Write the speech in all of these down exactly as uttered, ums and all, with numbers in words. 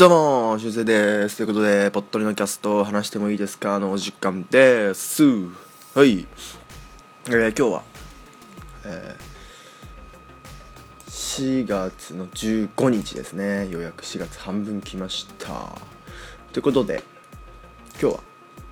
どうも、しゅうせいです。ということで、ぽっとりのキャストを話してもいいですかのお時間です。はい。えー、今日は、えー、しがつのじゅうごにちですね。ようやくしがつ半分来ました。ということで、今日は、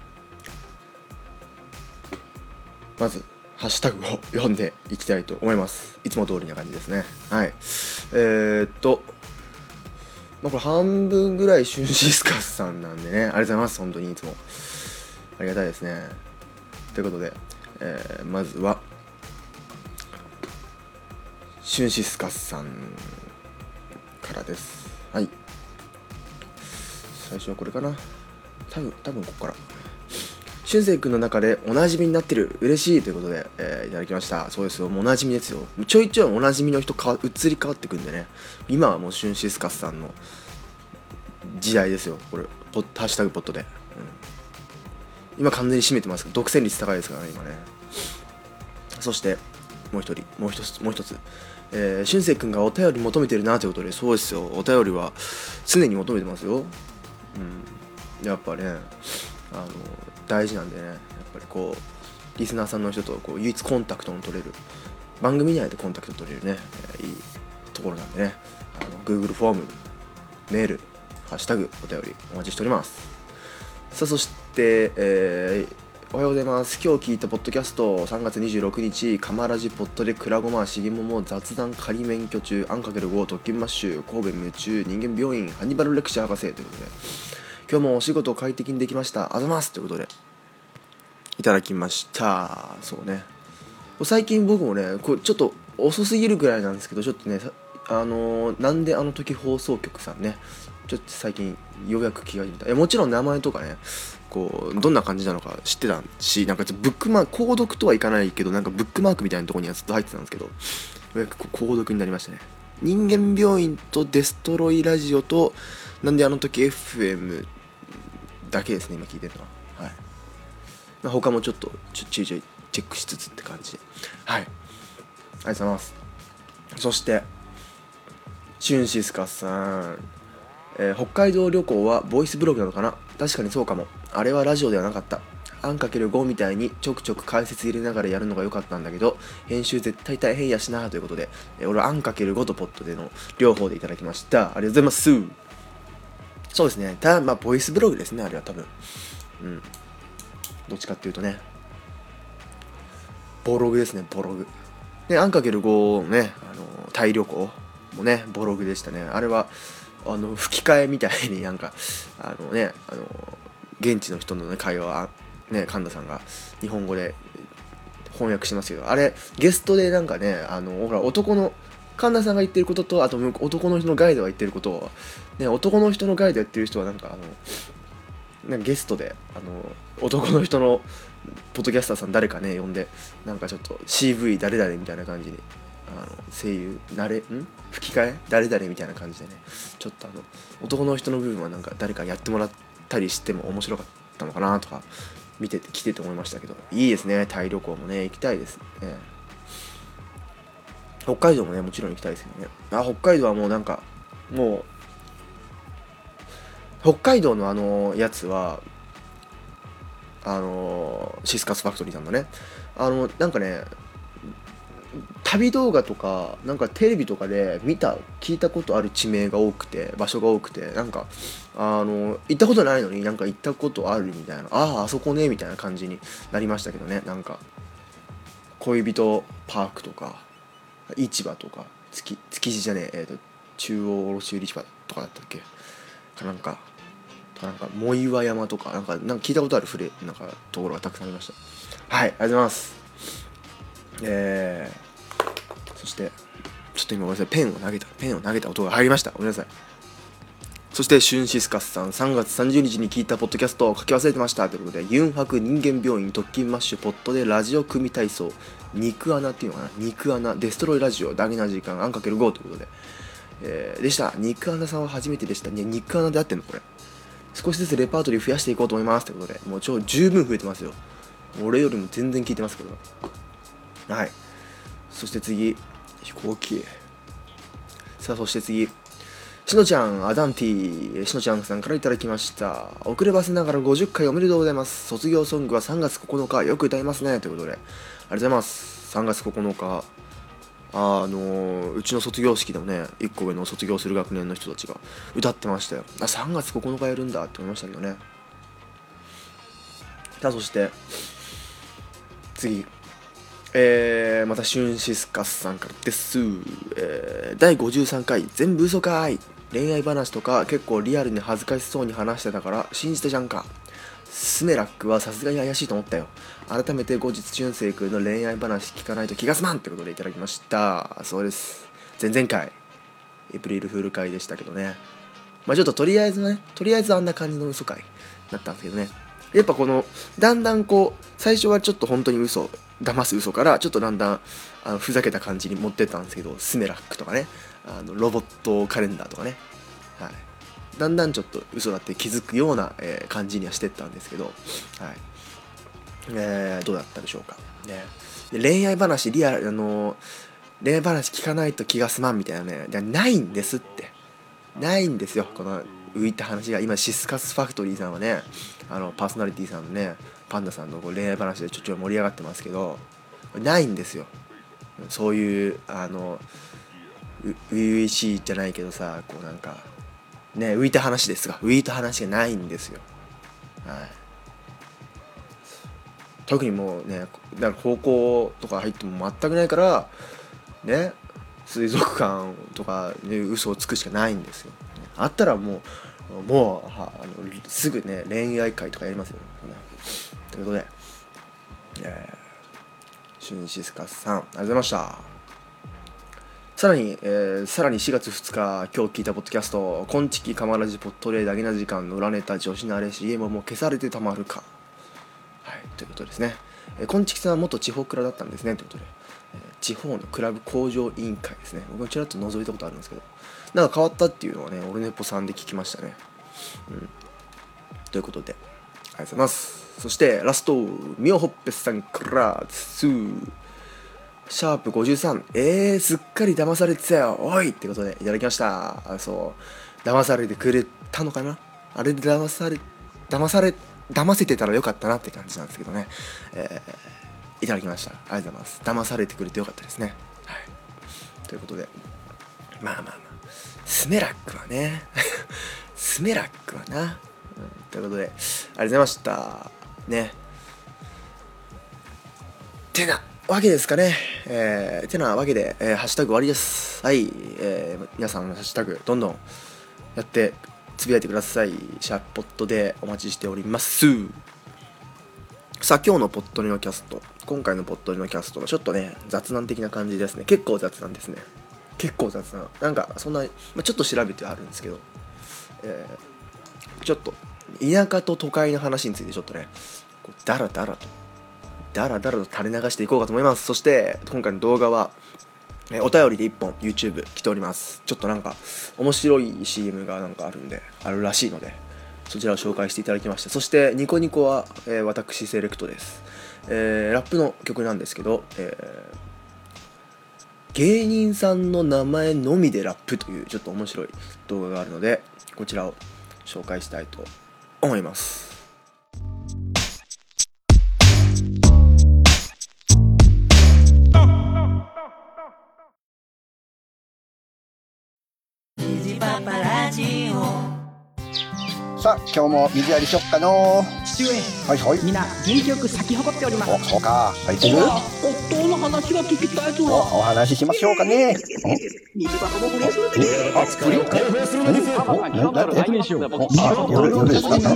まず、ハッシュタグを読んでいきたいと思います。いつも通りな感じですね。はい。えー、っと、まあ、これ半分ぐらいシュンシスカスさんなんでね、ありがとうございます。本当にいつもありがたいですね。ということで、えー、まずはシュンシスカスさんからです。はい。最初はこれかな。多分多分ここから。しゅんせい君の中でおなじみになってる、嬉しいということで、えー、いただきました。そうですよ、もうおなじみですよ。ちょいちょいおなじみの人か移り変わってくんでね。今はもうシュンシスカスさんの時代ですよ。これポッハッシュタグポットで、うん、今完全に占めてますけど、独占率高いですからね今ね。そしてもう一人もう一つもう一つ、えー、しゅんせい君がお便り求めてるなということで、そうですよ、お便りは常に求めてますよ。うん、やっぱね、あの大事なんでね、やっぱりこうリスナーさんの人とこう唯一コンタクトの取れる、番組内でコンタクト取れるね、えー、いいところなんでね、あの Google フォーム、メール、ハッシュタグ、お便りお待ちしております。さあ、そして、えーおはようございます。今日聞いたポッドキャスト、さんがつにじゅうろくにち、カマラジポットでクラゴマ、しげもも、雑談、仮免許中、アンかけるご、特勤マッシュ、神戸夢中、人間病院、ハンニバルレクチャー博士ということで、今日もお仕事快適にできました。あざますということで、いただきました。そうね。最近僕もね、これちょっと遅すぎるぐらいなんですけど、ちょっとね、あのー、なんであの時放送局さんね、ちょっと最近ようやく気がついた。いや、もちろん名前とかね、こうどんな感じなのか知ってたし、なんかブックマーク、購読とはいかないけど、なんかブックマークみたいなところにはずっと入ってたんですけど、ようやく購読になりましたね。人間病院とデストロイラジオと、なんであの時 エフエム だけですね、今聞いてるのは。はい。まあ、他もちょっとちょちょいちょいチェックしつつって感じで、はい、ありがとうございます。そしてシュンシスカさん、えー、北海道旅行はボイスブログなのかな。確かにそうかも。あれはラジオではなかった。アンかけるごみたいにちょくちょく解説入れながらやるのが良かったんだけど、編集絶対大変やしなということで、えー、俺はアンかけるごとポットでの両方でいただきました。ありがとうございます。そうですね。ただまあボイスブログですね、あれは多分。うん。どっちかっていうとね、ボログですね、ボログ。で、アンかけるごね、あのタイ旅行もね、ボログでしたね。あれはあの吹き替えみたいになんかあのね、あの現地の人の、ね、会話ね、神田さんが日本語で翻訳しますけど、あれゲストでなんかね、あのほら男の神田さんが言ってることと、あと男の人のガイドが言ってることを、ね、男の人のガイドやってる人はなんかあのなんかゲストであの男の人のポッドキャスターさん誰かね呼んで、なんかちょっと シーブイ 誰々みたいな感じに、あの声優慣れん吹き替え誰々みたいな感じでね、ちょっとあの男の人の部分はなんか誰かやってもらったりしても面白かったのかなとか見てて来てて思いましたけど、いいですね。タイ旅行もね行きたいですね。北海道もねもちろん行きたいですけどね。あ、北海道はもうなんかもう北海道のあのやつはあのシスカスファクトリーさんのね、あのなんかね旅動画とかなんかテレビとかで見た聞いたことある地名が多くて、場所が多くて、なんかあの行ったことないのになんか行ったことあるみたいな、あああそこねみたいな感じになりましたけどね。なんか恋人パークとか市場とか築築地じゃねえ、えーと中央卸売市場とかだったっけかなんかなんか藻岩山とかなんかなんか聞いたことあるフレなんかところがたくさんありました。はい、ありがとうございます。えー、そしてちょっと今ごめんなさい、ペンを投げたペンを投げた音が入りました。ごめんなさい。そしてシュンシスカスさん、さんがつさんじゅうにちに聞いたポッドキャストを書き忘れてましたということで、ユンハク人間病院特勤マッシュポットでラジオ組体操肉穴っていうのかな、肉穴デストロイラジオダゲな時間アンかけるごということで、えー、でした。肉穴さんは初めてでしたね。肉穴で合ってんのこれ。少しずつレパートリー増やしていこうと思いますということで、もう超十分増えてますよ。俺よりも全然聞いてますけど。はい。そして次飛行機。さあそして次しのちゃん、アダンティ、しのちゃんさんからいただきました。遅ればせながらごじゅっかいおめでとうございます。卒業ソングはさんがつここのか、よく歌いますね。ということで、ありがとうございます。さんがつここのか、あのー、うちの卒業式でもね、いっこ上の卒業する学年の人たちが歌ってましたよ。あ、さんがつここのかやるんだって思いましたけどね。さあ、そして、次。えー、またシュンシスカスさんからです、えー、だいごじゅうさんかい全部嘘かーい。恋愛話とか結構リアルに恥ずかしそうに話してたから信じてじゃんか。スネラックはさすがに怪しいと思ったよ。改めて後日俊生君の恋愛話聞かないと気が済まんってことでいただきました。そうです、前々回エイプリルフール会でしたけどね、まあちょっととりあえずねとりあえずあんな感じの嘘会だったんですけどね、やっぱこのだんだんこう最初はちょっと本当に嘘騙す嘘からちょっとだんだんあのふざけた感じに持ってったんですけど、スネラックとかね、あのロボットカレンダーとかね、はい、だんだんちょっと嘘だって気づくような、えー、感じにはしてったんですけど、はい、えー、どうだったでしょうか、ね、で恋愛話リアルあの恋愛話聞かないと気が済まんみたいなねないんですって、ないんですよこの浮いた話が。今シスカスファクトリーさんはね、あのパーソナリティさんのねパンダさんのこう恋愛話でちょっと盛り上がってますけど、ないんですよそういうあのう初々しいじゃないけどさ、こうなんかね浮いた話ですが浮いた話がないんですよ。はい、特にもうねだから高校とか入っても全くないからね、水族館とかで嘘をつくしかないんですよ。あったらもうもうはあのすぐね恋愛会とかやりますよ、ね、ということで、えー、シュンシスカスさんありがとうございました。さらに、えー、さらにしがつふつか今日聞いたポッドキャストこんちきかまらじポットレーだけな時間の裏ネタ女子慣れ シーエム も消されてたまるか、はい、ということですね。えー、こんちきさんは元地方クラだったんですねということで、えー、地方のクラブ向上委員会ですね。僕もちらっと覗いたことあるんですけど、なんか変わったっていうのはねオルネポさんで聞きましたね。うん、ということでありがとうございます。そしてラストみおほっぺさんからツーシャープごじゅうさん、えー、すっかり騙されてたよおいってことでいただきました。あ、そう騙されてくれたのかな、あれで騙され騙され騙せてたらよかったなって感じなんですけどね、えー、いただきました。ありがとうございます。騙されてくれてよかったですね。はい、ということでまあまあまあスネラックはねスネラックはな、うん、ということでありがとうございましたね。てなわけですかね。えー、てなわけで、えー、ハッシュタグ終わりです。はい、えー、皆さんのハッシュタグどんどんやってつぶやいてください。シャープポットでお待ちしております。さあ今日のポットリのキャスト、今回のポットリのキャストはちょっとね雑談的な感じですね。結構雑談ですね。結構雑談なんかそんな、まあ、ちょっと調べてあるんですけど、えー、ちょっと田舎と都会の話についてちょっとねこうダラダラとダラダラと垂れ流していこうかと思います。そして今回の動画はえお便りでいっぽん YouTube 来ております。ちょっとなんか面白い シーエム がなんかあるんであるらしいのでそちらを紹介していただきました。そしてニコニコは、えー、私セレクトです、えー、ラップの曲なんですけど、えー、芸人さんの名前のみでラップというちょっと面白い動画があるのでこちらを紹介したいと思います。 さあ今日も水やりしよっかの父上、 はいはい、 みんな元気よく咲き誇っております。 お、そうか、咲いてる。 夫の話が聞きたいぞ。 お、お話ししましょうかね。 虹箱も不倫するでえ、あ、不倫開放するんですよ。お、な、な、え、夜、夜ですか。もう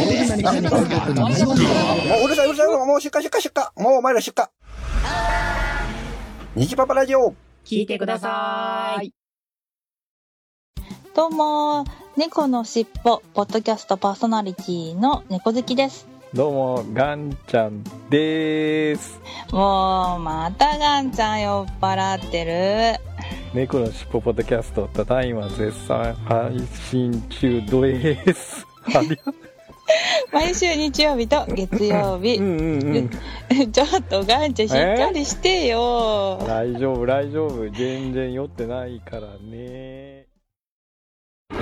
うるさいうるさい、もう出荷出荷出荷、もうお前ら出荷。虹パパラジオ聞いてください。 どうも猫のしっぽポッドキャストパーソナリティの猫好きです。 どうもガンちゃんです。 もうまたガンちゃん酔っ払ってる。 猫のしっぽポッドキャストただいま絶賛配信中です。 毎週日曜日と月曜日うんうん、うん、ちょっとガンちゃんしっかりしてよ。 大丈夫大丈夫全然酔ってないからね。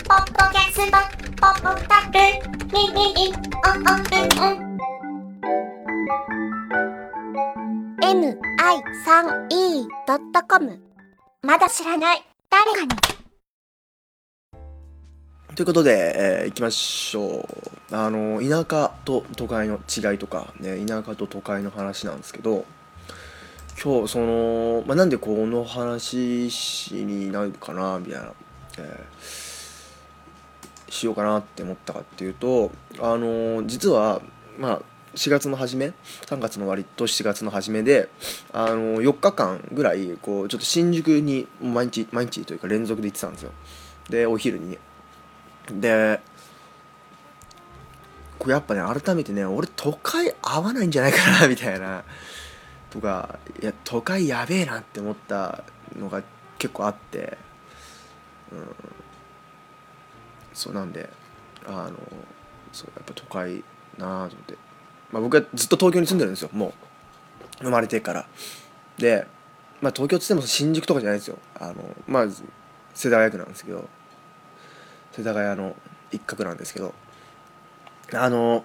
ポッドキャストポッドタルミミミオンオンうんうん エムアイスリーイードットコム まだ知らない誰かにということで、えー、いきましょう。あの田舎と都会の違いとか、ね、田舎と都会の話なんですけど、今日その、まあ、なんでこの話になるかなみたいな、えー、しようかなって思ったかっていうと、あの実はまあしがつの初めさんがつの終わりとしがつの初めで、あのよっかかんぐらいこうちょっと新宿に毎日毎日というか連続で行ってたんですよ。でお昼にねでこれやっぱね改めてね俺都会合わないんじゃないかなみたいなとか、いや都会やべえなって思ったのが結構あって、うん、そうなんであのそうやっぱ都会なあと思って、まあ、僕はずっと東京に住んでるんですよ。もう生まれてからで、まあ、東京って言っても新宿とかじゃないですよ。あのまあ世田谷区なんですけど、世田谷の一角なんですけど、あの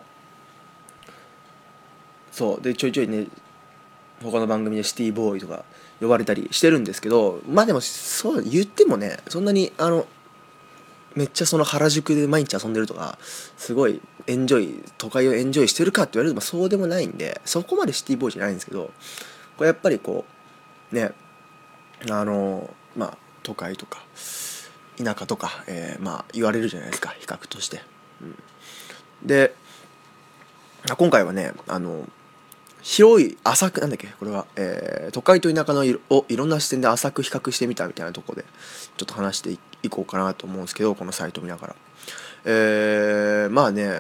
そうでちょいちょいね他の番組でシティボーイとか呼ばれたりしてるんですけど、まあでもそう言ってもねそんなにあのめっちゃその原宿で毎日遊んでるとかすごいエンジョイ都会をエンジョイしてるかって言われるとそうでもないんで、そこまでシティボーイじゃないんですけど、これやっぱりこうねあのまあ都会とか田舎とか、えー、まあ言われるじゃないですか比較として、うん、で今回はねあの広い浅くなんだっけこれは、えー、都会と田舎のいをいろんな視点で浅く比較してみたみたいなところでちょっと話していいこうかなと思うんですけど、このサイト見ながら、えー、まあね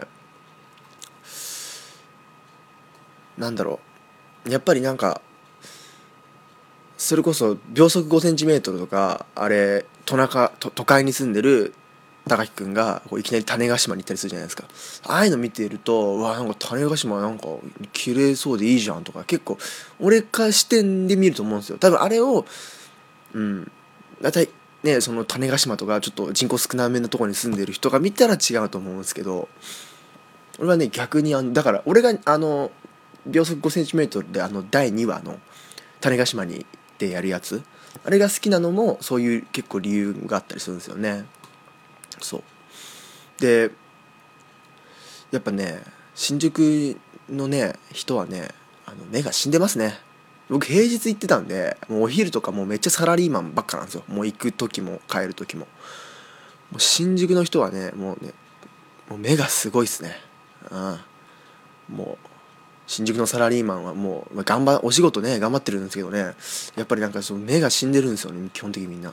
なんだろうやっぱりなんかそれこそ秒速ごセンチメートルとかあれ都中都都会に住んでる高木くんがこういきなり種子島に行ったりするじゃないですか。ああいうの見ているとうわなんか種子島なんか綺麗そうでいいじゃんとか結構俺から視点で見ると思うんですよ。多分あれをうんだいたいねその種子島とかちょっと人口少なめのところに住んでる人が見たら違うと思うんですけど、俺はね逆にあのだから俺があの秒速ごセンチメートルであのだいにわの種子島にでやるやつあれが好きなのもそういう結構理由があったりするんですよね。そうでやっぱね新宿のね人はねあの目が死んでますね。僕平日行ってたんでもうお昼とかもうめっちゃサラリーマンばっかなんですよ。もう行く時も帰る時ももう新宿の人はねもうねもう目がすごいっすね。うんもう新宿のサラリーマンはもう頑張お仕事ね頑張ってるんですけどねやっぱりなんかその目が死んでるんですよね基本的にみんな、うん、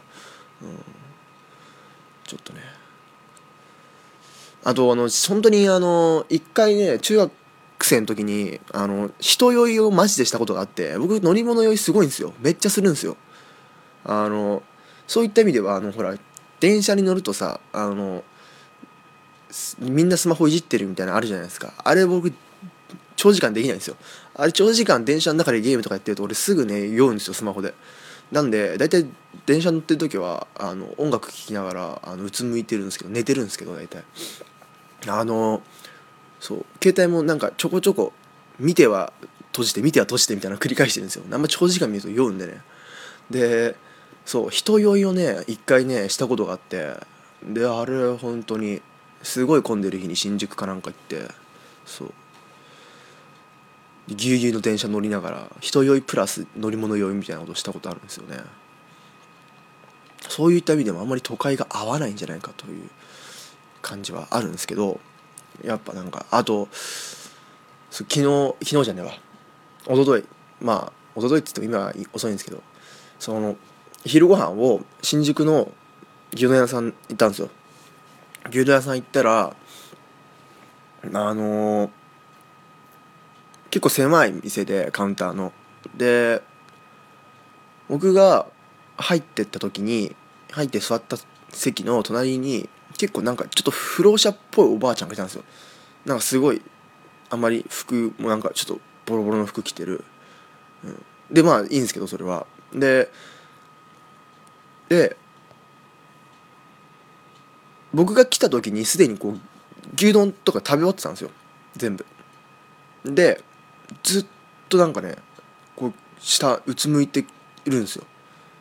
ちょっとねあとあの本当にあの一回ね中学生の時にあの人酔いをマジでしたことがあって、僕乗り物酔いすごいんですよ。めっちゃするんですよ。あのそういった意味ではあのほら電車に乗るとさあのみんなスマホいじってるみたいなのあるじゃないですか。あれ僕長時間できないんですよ。あれ長時間電車の中でゲームとかやってると俺すぐね酔うんですよスマホで。なんで大体電車乗ってる時はあの音楽聴きながらあのうつむいてるんですけど寝てるんですけど大体あのそう携帯もなんかちょこちょこ見ては閉じて見ては閉じてみたいなの繰り返してるんですよ。あんま長時間見ると酔うんでね。でそう人酔いをね一回ねしたことがあって、であれ本当にすごい混んでる日に新宿かなんか行ってそうぎゅうぎゅうの電車乗りながら人酔いプラス乗り物酔いみたいなことをしたことあるんですよね。そういった意味でもあんまり都会が合わないんじゃないかという感じはあるんですけど、やっぱなんかあと昨日昨日じゃねえわ一昨日まあ一昨日って言っても今は遅いんですけど、その昼ご飯を新宿の牛丼屋さん行ったんですよ。牛丼屋さん行ったらあのー、結構狭い店でカウンターので僕が入ってった時に入って座った席の隣に結構なんかちょっと不老者っぽいおばあちゃんがいたんですよ。なんかすごいあんまり服もなんかちょっとボロボロの服着てる、うん、でまあいいんですけどそれはでで僕が来た時にすでにこう牛丼とか食べ終わってたんですよ、全部で。ずっとなんかねこう下うつむいているんですよ、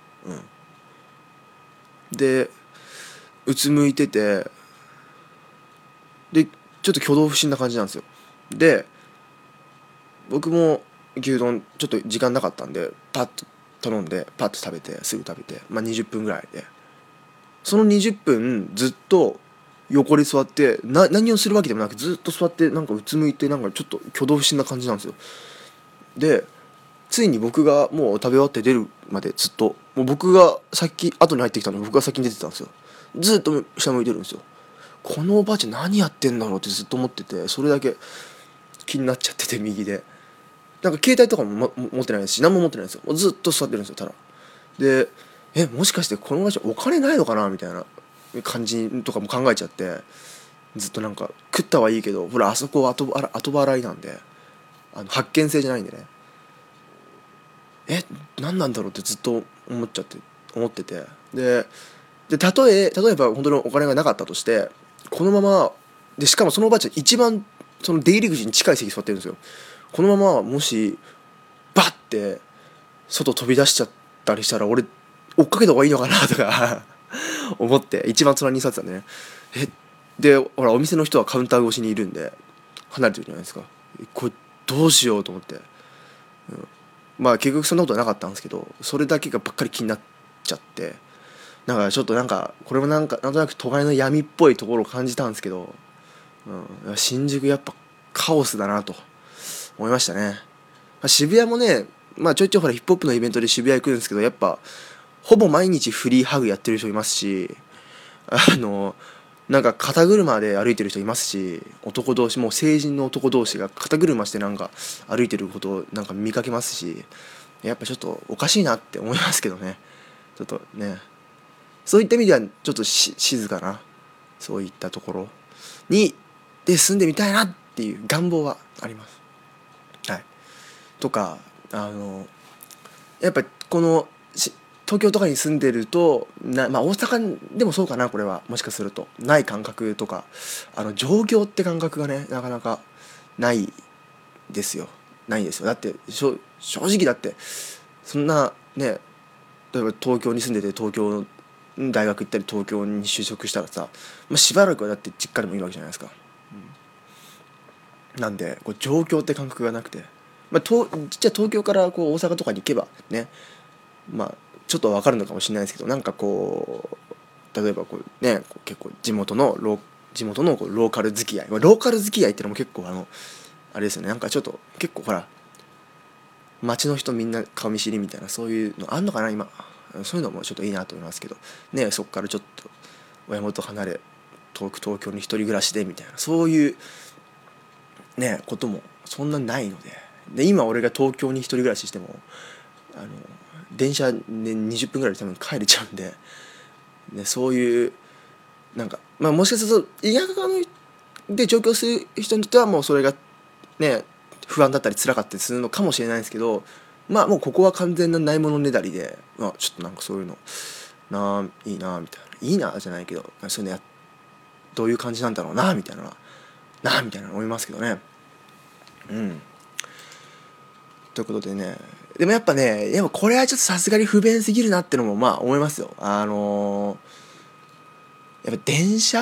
うん、でうつむいてて、でちょっと挙動不審な感じなんですよ。で僕も牛丼ちょっと時間なかったんでパッと頼んでパッと食べてすぐ食べて、まあにじゅっぷんぐらいで、そのにじゅっぷんずっと横に座ってな何をするわけでもなくずっと座ってなんかうつむいてなんかちょっと挙動不審な感じなんですよ。でついに僕がもう食べ終わって出るまでずっともう僕が先後に入ってきたのに僕が先に出てたんですよ。ずっと下向いてるんですよ。このおばあちゃん何やってんだろうってずっと思ってて、それだけ気になっちゃってて、右でなんか携帯とかも、ま、持ってないですし何も持ってないんですよ。もうずっと座ってるんですよ。ただでえもしかしてこのおばあちゃんお金ないのかなみたいな感じとかも考えちゃって、ずっとなんか食ったはいいけどほらあそこ後払後払いなんであの発見制じゃないんでね、え何なんだろうってずっと思っちゃって思ってて、でで例え例えば本当にお金がなかったとしてこのままで、しかもそのおばあちゃん一番その出入り口に近い席座ってるんですよ。このままもしバッて外飛び出しちゃったりしたら俺追っかけた方がいいのかなとか思って一番隣に座ってたんでね。えでほらお店の人はカウンター越しにいるんで離れてるじゃないですか。これどうしようと思って、うん、まあ結局そんなことはなかったんですけど、それだけがばっかり気になっちゃって、なんかちょっとなんかこれもなんかなんとなく都会の闇っぽいところを感じたんですけど、うん、新宿やっぱカオスだなと思いましたね。まあ、渋谷もね、まあ、ちょいちょいほらヒップホップのイベントで渋谷行くんですけど、やっぱほぼ毎日フリーハグやってる人いますし、あのなんか肩車で歩いてる人いますし、男同士もう成人の男同士が肩車してなんか歩いてることをなんか見かけますし、やっぱちょっとおかしいなって思いますけどね。ちょっとねそういった意味ではちょっとし静かなそういったところにで住んでみたいなっていう願望はあります。はい。とかあのやっぱこの東京とかに住んでるとな、まあ、大阪でもそうかな、これはもしかするとない感覚とか、あの上京って感覚がねなかなかないですよないですよ。だって正直だってそんなね、例えば東京に住んでて東京の大学行ったり東京に就職したらさ、まあ、しばらくはだって実家でもいいわけじゃないですか、うん、なんでこう上京って感覚がなくて、まあ、とじゃあ東京からこう大阪とかに行けばね、まあちょっと分かるのかもしれないですけど、なんかこう例えばこうねこう結構地元のロ地元のこうローカル付き合い、まあ、ローカル付き合いってのも結構あのあれですよね、なんかちょっと結構ほら街の人みんな顔見知りみたいなそういうのあんのかな今。そういうのもちょっといいなと思いますけどね、そこからちょっと親元離れ遠く東京に一人暮らしでみたいなそういうねこともそんなないので、で今俺が東京に一人暮らししてもあの電車でにじゅっぷんぐらいで多分帰れちゃうんで、ね、そういうなんかまあもしかすると田舎ので上京する人にとってはもうそれがね不安だったり辛かったりするのかもしれないですけど、まあもうここは完全なないものねだりで、まあ、ちょっとなんかそういうのなあいいなみたいないいなじゃないけどそういうのやどういう感じなんだろうなみたいななあみたいな思いますけどね。うんということでね、でもやっぱねやっぱこれはちょっとさすがに不便すぎるなってのもまあ思いますよ。あのー、やっぱ電車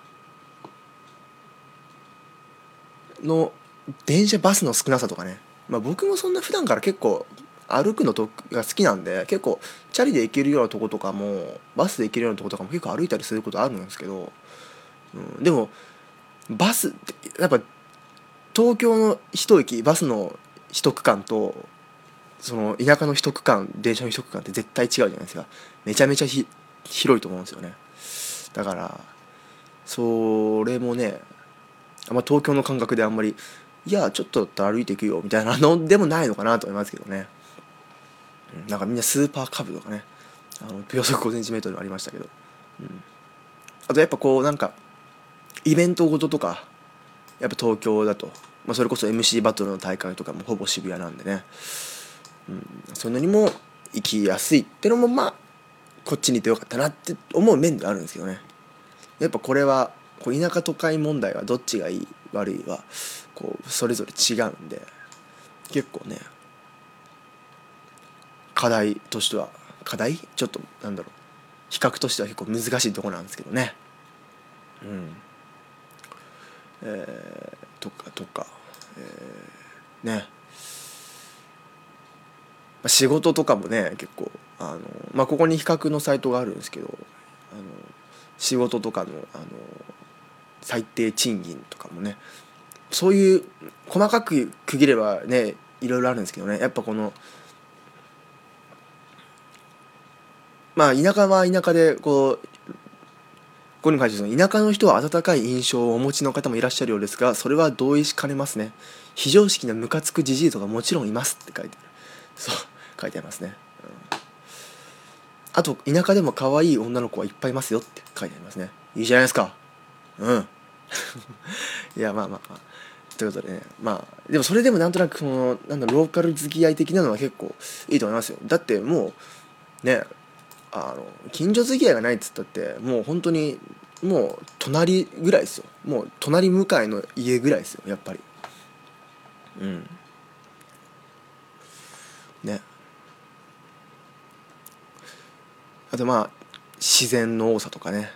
の電車バスの少なさとかね、まあ、僕もそんな普段から結構歩くのとが好きなんで結構チャリで行けるようなとことかもバスで行けるようなとことかも結構歩いたりすることあるんですけど、うん、でもバスってやっぱ東京の一駅バスの一区間とその田舎の一区間電車の一区間って絶対違うじゃないですか。めちゃめちゃひ広いと思うんですよね。だからそれもねあんま東京の感覚であんまりいやちょっとだったら歩いていくよみたいなのでもないのかなと思いますけどね、うん、なんかみんなスーパーカブとかねあの秒速ごセンチメートルありましたけど、うん、あとやっぱこうなんかイベントごととかやっぱ東京だと、まあ、それこそ エムシー バトルの大会とかもほぼ渋谷なんでね、うん、そういうのにも行きやすいってのもまあこっちにいてよかったなって思う面ではあるんですけどね。 やっぱこれはこう田舎都会問題はどっちがいい悪いはこうそれぞれ違うんで、結構ね課題としては課題ちょっとなんだろう比較としては結構難しいところなんですけどね。うんえー、とかとか、えー、ね仕事とかもね結構あの、まあ、ここに比較のサイトがあるんですけど、あの仕事とかの、あの最低賃金とかもね、そういう細かく区切ればねいろいろあるんですけどね、やっぱこのまあ田舎は田舎でこうここにも書いてある、田舎の人は温かい印象をお持ちの方もいらっしゃるようですが、それは同意しかねますね。非常識なムカつくじじいとかもちろんいますって書いてある。そう書いてありますね、うん、あと田舎でも可愛い女の子はいっぱいいますよって書いてありますね。いいじゃないですか。うんいやまあまあまあということでね、まあでもそれでもなんとなくそのなんだローカル付き合い的なのは結構いいと思いますよ。だってもうねあの近所付き合いがないっつったってもう本当にもう隣ぐらいですよ。もう隣向かいの家ぐらいですよやっぱり。うんね、あとまあ自然の多さとかね、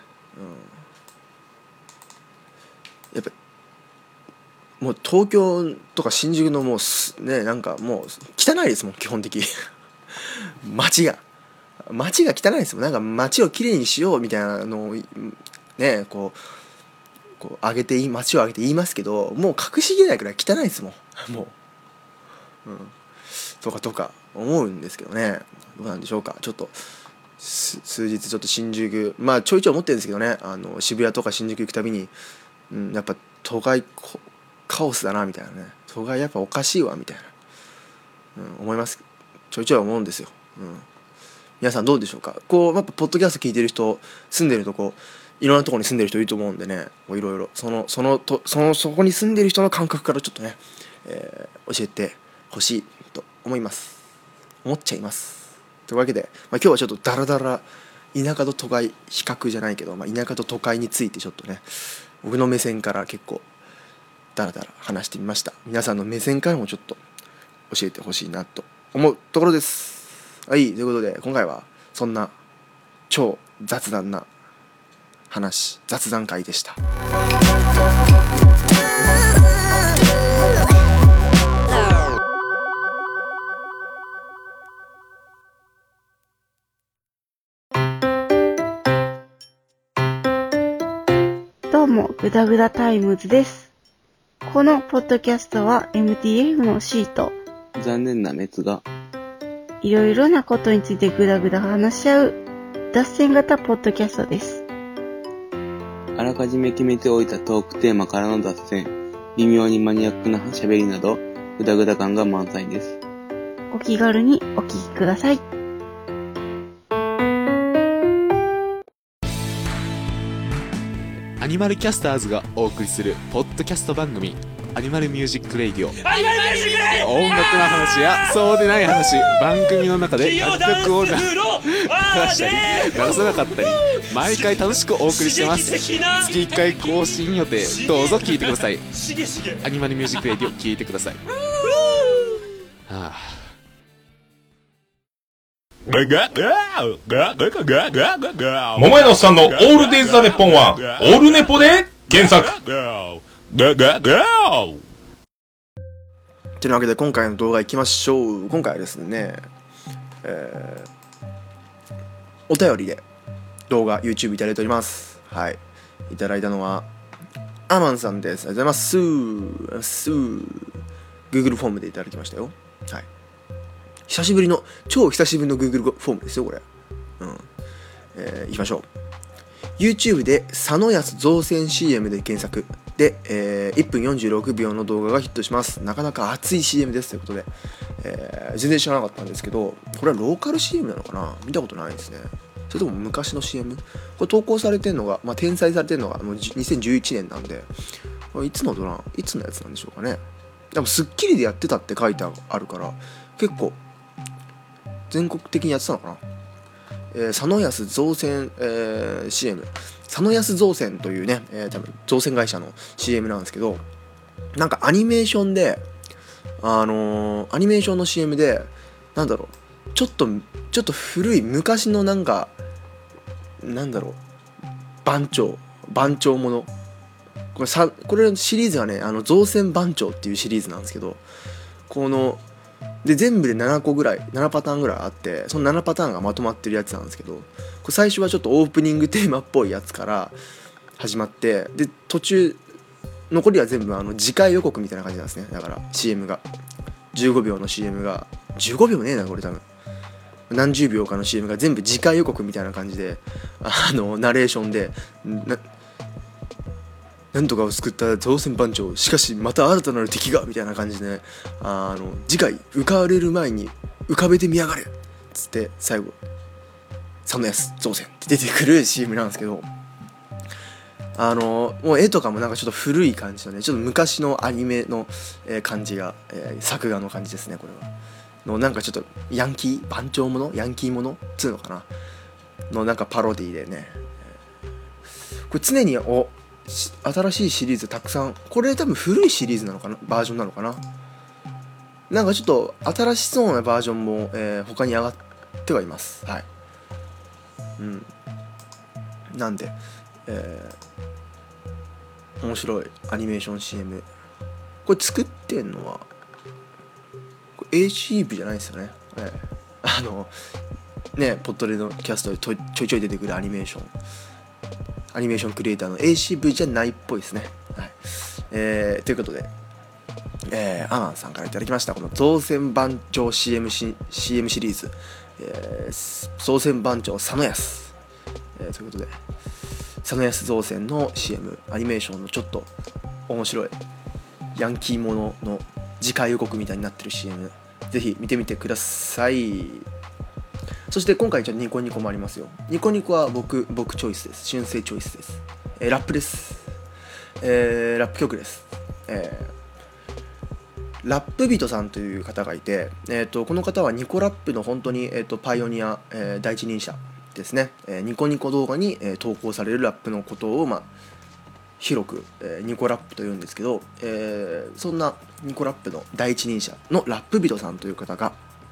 うん、やっぱもう東京とか新宿のもうねなんかもう汚いですもん基本的街が街が汚いですもん。なんか街をきれいにしようみたいなのをねこうこう上げていい街を上げて言いますけど、もう隠しきれないくらい汚いですもんもう、うん、とかとか思うんですけどね。どうなんでしょうか。ちょっと数日ちょっと新宿まあちょいちょい思ってるんですけどね、あの渋谷とか新宿行くたびに、うん、やっぱ都会カオスだなみたいなね、都会やっぱおかしいわみたいな、うん、思います。ちょいちょい思うんですよ、うん、皆さんどうでしょうか。こうやっぱポッドキャスト聞いてる人、住んでるとこいろんなところに住んでる人いると思うんでね、いろいろそのそのとそのそこに住んでる人の感覚からちょっとね、えー、教えてほしいと思います思っちゃいます。というわけで、まあ、今日はちょっとダラダラ田舎と都会比較じゃないけど、まあ、田舎と都会についてちょっとね僕の目線から結構ダラダラ話してみました。皆さんの目線からもちょっと教えてほしいなと思うところです。はい、ということで今回はそんな超雑談な話雑談会でした。 どうも、グダグダタイムズです。このポッドキャストは エムティーエフ のシート。 残念な滅が。 いろいろなことについてグダグダ話し合う脱線型ポッドキャストです。 あらかじめ決めておいたトークテーマからの脱線、微妙にマニアックな喋りなど、グダグダ感が満載です。 お気軽にお聞きください。 アニマルキャスターズがお送りするポッドキャスト番組アニマルミュージックレイディオ。音楽の話やそうでない話、番組の中で楽曲を流したり流さなかったり、毎回楽しくお送りしてます。月いっかい更新予定、どうぞ聞いてください。アニマルミュージックレイディオ聞いてください。はあ桃屋のおっさんのオールデイズ・ザ・ネッポンはオールネポで検索。 というわけで今回の動画いきましょう。今回はですね、えー、お便りで動画 YouTube いただいております。はい、いただいたのはアマンさんです。ありがとうございます。 Google フォームでいただきましたよ。はい、久しぶりの超久しぶりの Google フォームですよこれ。うん、えー、いきましょう。 YouTube で佐野安造船 シーエム で検索で、えー、いっぷんよんじゅうろくびょうの動画がヒットします。なかなか熱い シーエム ですということで、えー、全然知らなかったんですけど、これはローカル シーエム なのかな、見たことないですね。それとも昔の シーエム？ これ投稿されてるのが、まあ、転載されてるのがもうにせんじゅういちねんなんで、これいつのドラマいつのやつなんでしょうかね。でもスッキリでやってたって書いてあるから結構全国的にやってたのかな。 えー、佐野安造船、えー、シーエム 佐野安造船というね、えー、多分造船会社の シーエム なんですけど、なんかアニメーションであのー、アニメーションの シーエム でなんだろうちょっとちょっと古い昔のなんかなんだろう番長番長ものこれさこれシリーズはねあの造船番長っていうシリーズなんですけど、こので全部でななこぐらいななパターンぐらいあって、そのななパターンがまとまってるやつなんですけど、これ最初はちょっとオープニングテーマっぽいやつから始まって、で途中残りは全部あの次回予告みたいな感じなんですね。だから シーエム がじゅうごびょうの シーエム がじゅうごびょうねえなこれ多分何十秒かの シーエム が全部次回予告みたいな感じであのナレーションでななんとかを救った造船番長、しかしまた新たなる敵がみたいな感じで、ね、あの次回浮かれる前に浮かべてみやがれっつって最後佐野安造船って出てくる シーエム なんですけど、あのもう絵とかもなんかちょっと古い感じのね、ちょっと昔のアニメの、えー、感じが、えー、作画の感じですね。これはのなんかちょっとヤンキー番長ものヤンキーものっつうのかなのなんかパロディでね、これ常にお新しいシリーズたくさん、これ多分古いシリーズなのかなバージョンなのかな、なんかちょっと新しそうなバージョンも、えー、他に上がってはいます。はい、うん、なんで、えー、面白いアニメーション シーエム、 これ作ってんのはこれ エーシー 部じゃないですよね、えー、あのねポットレのキャストでちょいちょい出てくるアニメーションアニメーションクリエイターの エーシー 部じゃないっぽいですね。はい、えー、ということで、えー、アマンさんからいただきましたこの造船番長 シーエム シ, シーエム シリーズ、えー、造船番長佐野安、えー、ということで佐野安造船の シーエム アニメーションのちょっと面白いヤンキーものの次回予告みたいになってる シーエム ぜひ見てみてください。そして今回ちょっとニコニコもありますよ。ニコニコは僕僕チョイスです。春生チョイスです、えー、ラップです、えー、ラップ曲です、えー、ラップビトさんという方がいて、えー、とこの方はニコラップの本当に、えー、とパイオニア、えー、第一人者ですね、えー、ニコニコ動画に、えー、投稿されるラップのことを、まあ、広く、えー、ニコラップというんですけど、えー、そんなニコラップの第一人者のラップビトさんという方が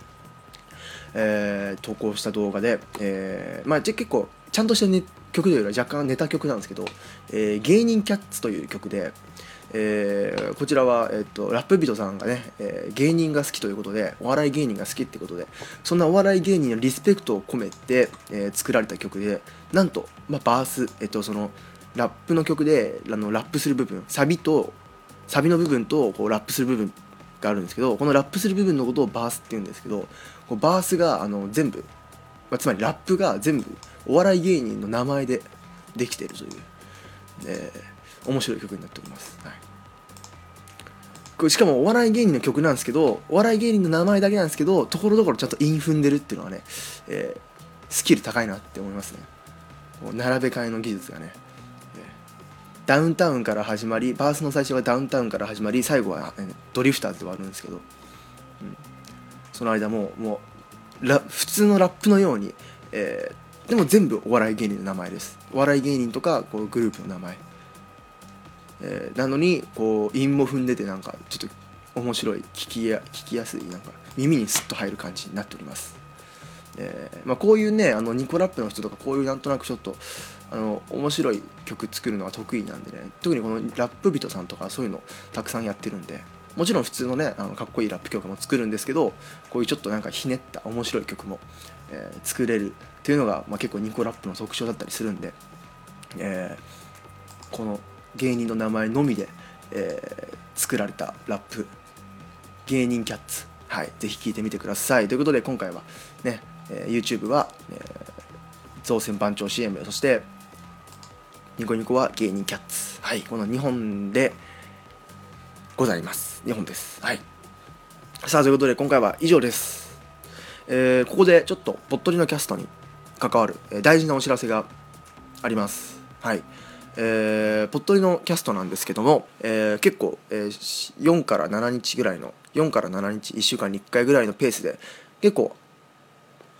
えー、投稿した動画で、えーまあ、結構ちゃんとした、ね、曲というよりは若干ネタ曲なんですけど、えー、芸人キャッツという曲で、えー、こちらは、えー、とラップビトさんがね、えー、芸人が好きということでお笑い芸人が好きってことでそんなお笑い芸人のリスペクトを込めて、えー、作られた曲でなんと、まあ、バース、えー、とそのラップの曲であのラップする部分サビとサビの部分とこうラップする部分があるんですけどこのラップする部分のことをバースって言うんですけどこうバースがあの全部、まあ、つまりラップが全部お笑い芸人の名前でできているという、えー、面白い曲になっております、はい、これしかもお笑い芸人の曲なんですけどお笑い芸人の名前だけなんですけどところどころちゃんと韻踏んでるっていうのはね、えー、スキル高いなって思いますね。こう並べ替えの技術がね、えー、ダウンタウンから始まりバースの最初はダウンタウンから始まり最後は、ね、ドリフターズではあるんですけど、うんその間もう、もうラ普通のラップのように、えー、でも全部お笑い芸人の名前です。お笑い芸人とかこうグループの名前、えー、なのにこう韻も踏んでてなんかちょっと面白い聞きや聞きやすいなんか耳にスッと入る感じになっております。えーまあ、こういうねあのニコラップの人とかこういうなんとなくちょっとあの面白い曲作るのが得意なんでね特にこのラップ人さんとかそういうのたくさんやってるんでもちろん普通のねあのかっこいいラップ曲も作るんですけどこういうちょっとなんかひねった面白い曲も、えー、作れるっていうのが、まあ、結構ニコラップの特徴だったりするんで、えー、この芸人の名前のみで、えー、作られたラップ芸人キャッツはいぜひ聴いてみてくださいということで今回はね、えー、YouTube は、えー、造船番長 シーエム そしてニコニコは芸人キャッツはいこのにほんでございますにほんです。はい。さあということで今回は以上です。えー、ここでちょっとぽっとりのキャストに関わる、えー、大事なお知らせがあります。はい。えー、ぽっとりのキャストなんですけども、えー、結構、えー、よんからななにちぐらいのよんからななにちいっしゅうかんにいっかいぐらいのペースで結構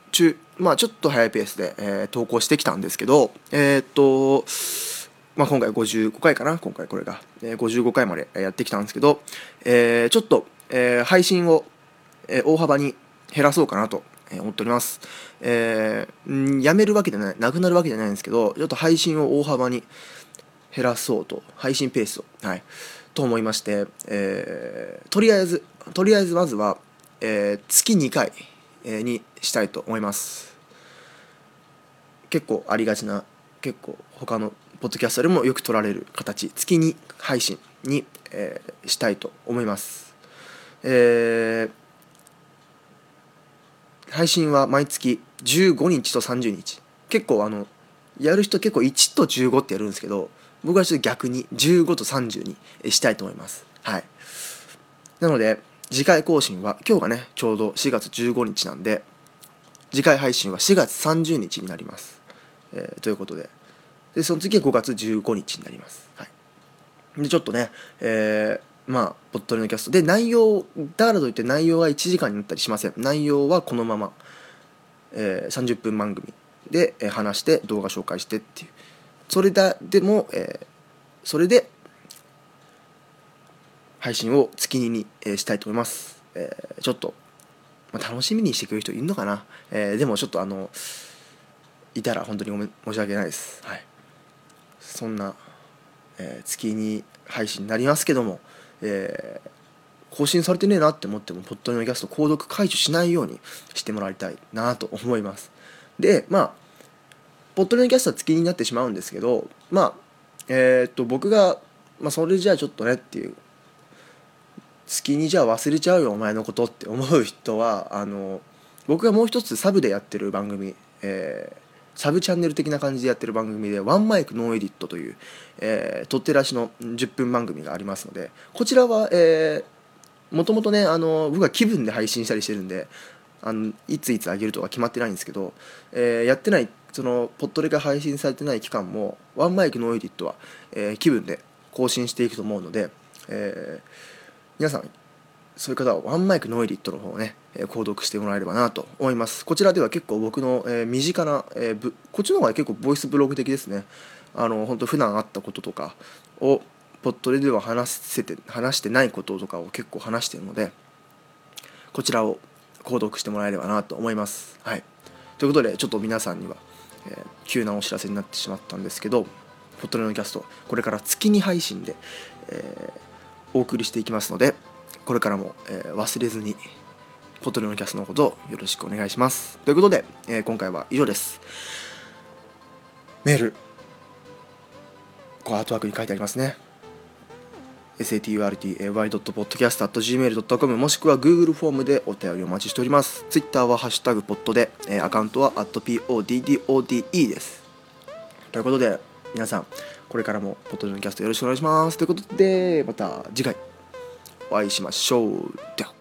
中、まあちょっと早いペースで、えー、投稿してきたんですけど、えー、っと、まあ今回ごじゅうごかいかな、今回これが、えー、ごじゅうごかいまでやってきたんですけど、えー、ちょっと、えー、配信を、えー、大幅に減らそうかなと思っております。えー、んやめるわけじゃない、なくなるわけじゃないんですけど、ちょっと配信を大幅に減らそうと、配信ペースを、はい、と思いまして、えー、とりあえず、とりあえずまずは、えー、月にかいにしたいと思います。結構ありがちな、結構他のポッドキャストでもよく取られる形、月に配信に、えー、したいと思います。えー、配信は毎月じゅうごにちとさんじゅうにち。結構あの、やる人結構いちとじゅうごってやるんですけど、僕はちょっと逆にじゅうごとさんじゅうにしたいと思います。はい。なので、次回更新は、今日がね、ちょうどしがつじゅうごにちなんで、次回配信はしがつさんじゅうにちになります。えー、ということで、で、その次はごがつじゅうごにちになります。はい。で、ちょっとね、えー、まあ、ポッドキャストで、内容、だからといって内容はいちじかんになったりしません。内容はこのまま、えー、さんじゅっぷん番組で、えー、話して、動画紹介してっていう。それだ、でも、えー、それで、配信を月にに、えー、したいと思います。えー、ちょっと、まあ、楽しみにしてくれる人いるのかな、えー、でもちょっとあのいたら本当にごめん申し訳ないです。はい、そんな、えー、月に配信になりますけども、えー、更新されてねえなって思ってもポッドキャスト購読解除しないようにしてもらいたいなと思います。で、まあポッドキャストは月になってしまうんですけど、まあえー、っと僕が、まあ、それじゃあちょっとねっていう、月にじゃあ忘れちゃうよお前のことって思う人は、あの僕がもう一つサブでやってる番組、えー、サブチャンネル的な感じでやってる番組でワンマイクノーエディットという、えー、取って出しのじゅっぷん番組がありますので、こちらは、えー、もともとね、あの僕は気分で配信したりしてるんで、あのいついつ上げるとか決まってないんですけど、えー、やってない、そのポッドレが配信されてない期間もワンマイクノーエディットは、えー、気分で更新していくと思うので、えー皆さんそういう方はワンマイクノーエディットの方をね、えー、購読してもらえればなと思います。こちらでは結構僕の、えー、身近な、えー、ぶこっちの方が結構ボイスブログ的ですね。あの本当普段あったこととかをポッドレでは話せて話してないこととかを結構話しているので、こちらを購読してもらえればなと思います。はい。ということでちょっと皆さんには、えー、急なお知らせになってしまったんですけど、ポッドレのキャストこれから月に配信で、えーお送りしていきますので、これからも、えー、忘れずにポトレのキャストのことをよろしくお願いします。ということで、えー、今回は以上です。メールこうアートワークに書いてありますね。 エスエーティーユーアールティーエーワイドットポッドキャストアットジーメールドットコム もしくは Google フォームでお便りお待ちしております。 Twitter はハッシュタグポッドで、えー、アカウントは アットポッドです。ということで皆さんこれからもポッドキャストよろしくお願いします。ということでまた次回お会いしましょう。では。